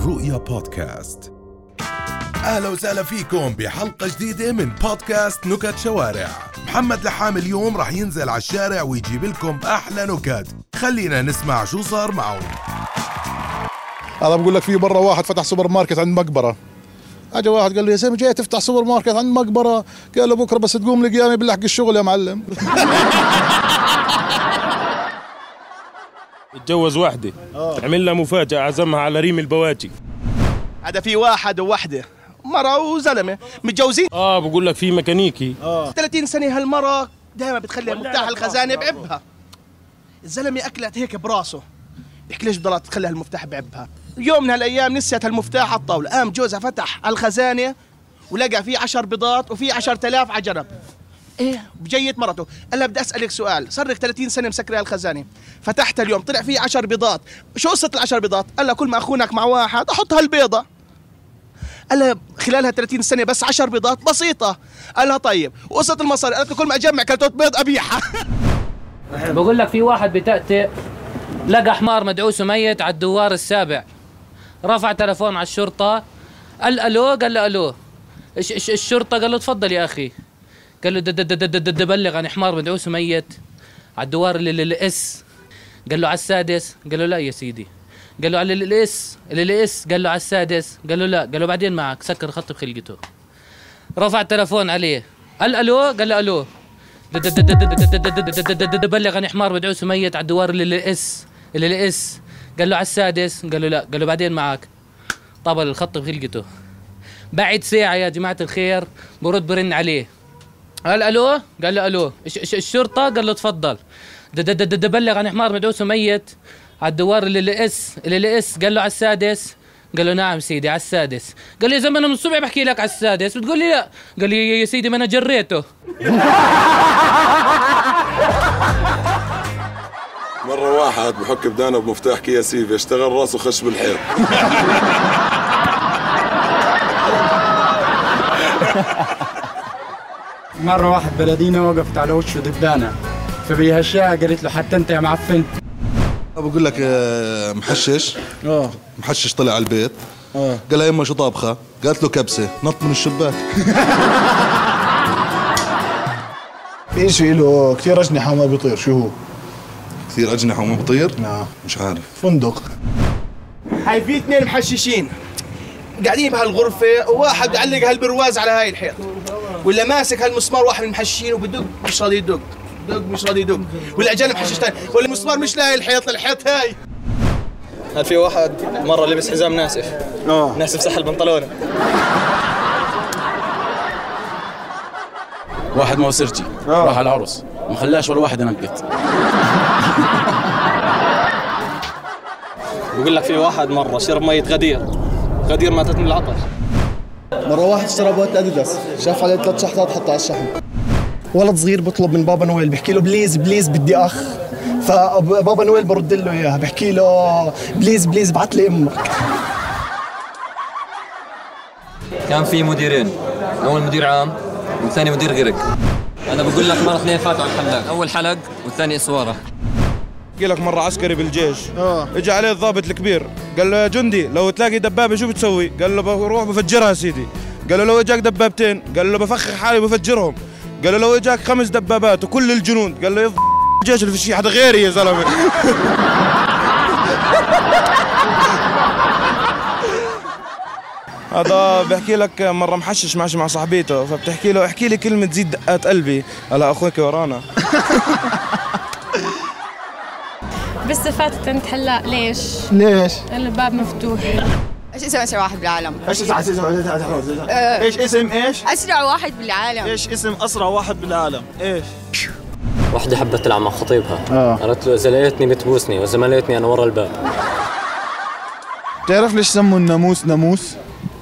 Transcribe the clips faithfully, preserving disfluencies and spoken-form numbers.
الرؤيا بودكاست. أهلا وسهلا فيكم بحلقة جديدة من بودكاست نكت شوارع. محمد لحام اليوم رح ينزل على الشارع ويجيب لكم أحلى نكت. خلينا نسمع شو صار معه. أنا بقول لك في برا واحد فتح سوبر ماركت عند مقبرة. أجا واحد قال له يا زلمة جاي تفتح سوبر ماركت عند مقبرة؟ قال له بكرة بس تقوم لقيامي بلحق الشغل يا معلم. اتجوز واحدة عمل لها مفاجأة، عزمها على ريم البواجي. هذا في واحد ووحدة، مرة وزلمة متجوزين. اه بقول لك في ميكانيكي اه ثلاثين سنة هالمرة دائما بتخلي مفتاح الخزانة بعبها. الزلمة أكلت هيك براسه، بيحكي ليش بضلت تخلي هالمفتاح بعبها. يوم من هالأيام نسيت هالمفتاح على الطاولة، قام جوزها فتح الخزانة ولقى فيه عشر بيضات وفيه عشرة آلاف عجرب. ايه بجيت مرته قال لها بدي اسالك سؤال، صار لك ثلاثين سنه مسكره الخزانه، فتحت اليوم طلع فيه عشر بيضات، شو قصه العشر بيضات؟ قال لها كل ما اخونك مع واحد احط هالبيضه. قال لها خلال هالثلاثين سنه بس عشر بيضات؟ بسيطه. قال لها طيب وقصه المصاري؟ قالت له كل ما اجمع كلتوت بيض ابيعها. بقول لك في واحد بتأتئ لقى حمار مدعوس وميت على الدوار السابع، رفع تلفون على الشرطه، قال الو، قال له الو الشرطه، قال له تفضل يا اخي، قال له د بلغ عن حمار مدعوس وميت على الدوار اللي الاس. قال له على السادس، قال له لا يا سيدي. قال له على الاس اللي الاس، قال له على السادس، قال له لا، قال له بعدين معك، سكر خط بخلقته. رفع التلفون عليه، قال الو، قال له الو د بلغ عن حمار مدعوس وميت على الدوار اللي الاس اللي الاس، قال له على السادس، قال له لا، قال له بعدين معك، طبل الخط بخلقته. بعد ساعة يا جماعة الخير برد برن عليه، قال الو، قال له الو الشرطه، قال له تفضل د بلغ عن حمار مدعوس وميت على الدوار اللي الاس اللي الاس، قال له على السادس، قال له نعم سيدي على السادس. قال لي يا زلمه انا من الصبح بحكي لك على السادس بتقول لي لا. قال لي يا سيدي ما انا جريته. مرة واحد بحك بدانه بمفتاح كيا سيفي، اشتغل راسه خش بالحيط. مرة واحد بلدينا وقفت على وشه دبانة، فبيهشاها قالت له حتى انت يا معفن. بقول لك محشش اه محشش طلع على البيت اه قال لها يما شو طابخة؟ قالت له كبسة، نط من الشباك. في شيء له كثير أجنحة وما بيطير، شو هو؟ كثير أجنحة وما بيطير؟ نعم مش عارف. فندق. هاي في اثنين محششين قاعدين بهالغرفة، وواحد بيعلق هالبرواز على هاي الحيط، ولا ماسك هالمسمار واحد من المحششين وبدق مش راضي يدق، دق مش راضي يدق، ولا جانب محشش ثاني، ولا المسمار مش لاقي الحيط للحيط هاي. هل في واحد مرة لبس حزام ناسف اه ناسف سحل بنطلونه. واحد موسرجي آه. راح على العرس ما خلاش ولا واحد ينقط. بقول لك في واحد مرة شرب مية غدير، غدير ماتت من العطش. مرة واحد اشترى بوت اديداس، شاف عليه ثلاث شحطات حطها على الشحن. ولد صغير بطلب من بابا نويل، بحكي له بليز بليز بدي اخ، فبابا نويل برد له اياها، بحكي له بليز بليز بعت لي امك. كان في مديرين، اول مدير عام والثاني مدير غرق. انا بقول لك مرة اثنين فاتوا على الحلاق، اول حلق والثاني اسواره. بحكي لك مرة عسكري بالجيش اه اجى عليه الضابط الكبير، قال له يا جندي لو تلاقي دبابة شو بتسوي؟ قال له بروح بفجرها يا سيدي. قال له لو اجاك دبابتين؟ قال له بفخر حالي بفجرهم. قال له لو اجاك خمس دبابات وكل الجنود؟ قال له يض الجيش اللي في شيء حدا غيري يا زلمة. هذا بحكي لك مرة محشش ماشي مع صاحبيته، فبتحكي له احكي لي كلمة تزيد دقات قلبي. هلا اخوك ورانا. بس فاتت انت حلاق ليش؟ ليش؟ الباب مفتوح. ايش اسم اسرع واحد بالعالم؟ ايش اسم ايش اسم ايش؟ اسرع واحد بالعالم. ايش اسم اسرع واحد بالعالم؟ ايش؟ واحدة حبت تلعب مع خطيبها اه قالت له اذا لقيتني بتبوسني واذا ما لقيتني انا ورا الباب. بتعرف ليش سموا الناموس ناموس؟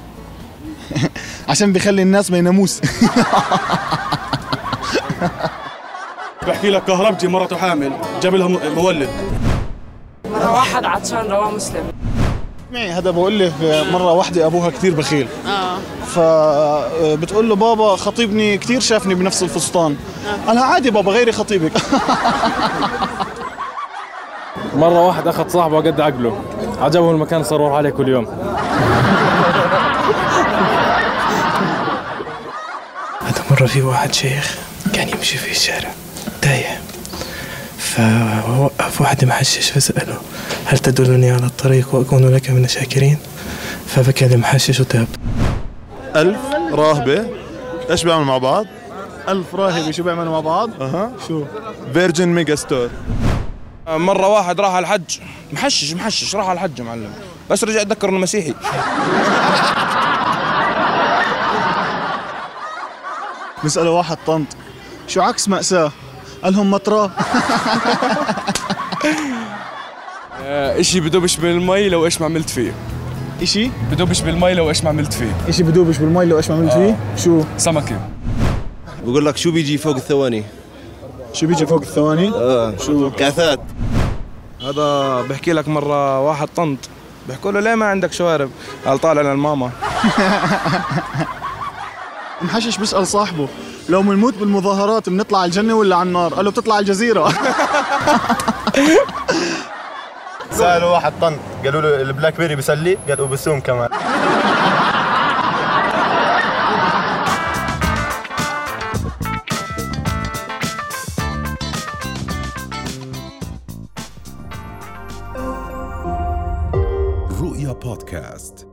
عشان بيخلي الناس ما يناموس. بحكي لك كهربتي مرته حامل جاب لها مولد. مرة واحد عطشان رواه مسلم. معي هذا بقول لك مرة واحدة أبوها كتير بخيل اه فبتقول له بابا خطيبني كتير شافني بنفس الفستان. آه. أنا عادي بابا غيري خطيبك. مرة واحد أخذ صاحبه قد عقله، عجبه المكان صار يروح عليه كل يوم. مرة في واحد شيخ كان يمشي في الشارع تايه، فوقف واحد محشش فسأله هل تدلني على الطريق وأكون لك من الشاكرين؟ فبكى المحشش وتاب. ألف راهبة إيش بيعملوا مع بعض؟ ألف راهبة شو بيعملوا مع بعض؟ أها شو؟ فيرجن ميجا ستور. مرة واحد راح على الحج محشش محشش راح على الحج معلم، بس رجع اتذكر انه مسيحي. نسأله واحد طنط شو عكس مأساة؟ قالهم مطرة. اشي بدوبش بالمي لو ايش ما عملت فيه. اشي بدوبش بالمي لو ايش ما عملت فيه. اشي بدوبش بالمي لو ايش ما عملت فيه؟ شو؟ سمكة. بقول لك شو بيجي فوق الثواني؟ شو بيجي فوق الثواني؟ اه شو؟ كعثات. هذا بحكي لك مرة واحد طنط بحكوا له ليه ما عندك شوارب؟ قال طالع للماما. محشش بيسأل صاحبه لو منموت بالمظاهرات بنطلع على الجنة ولا على النار؟ قال له بتطلع على الجزيرة. سألوا واحد طنط قالوا له البلاك بيري بيسلي؟ قال وبسوم كمان. رؤيا بودكاست.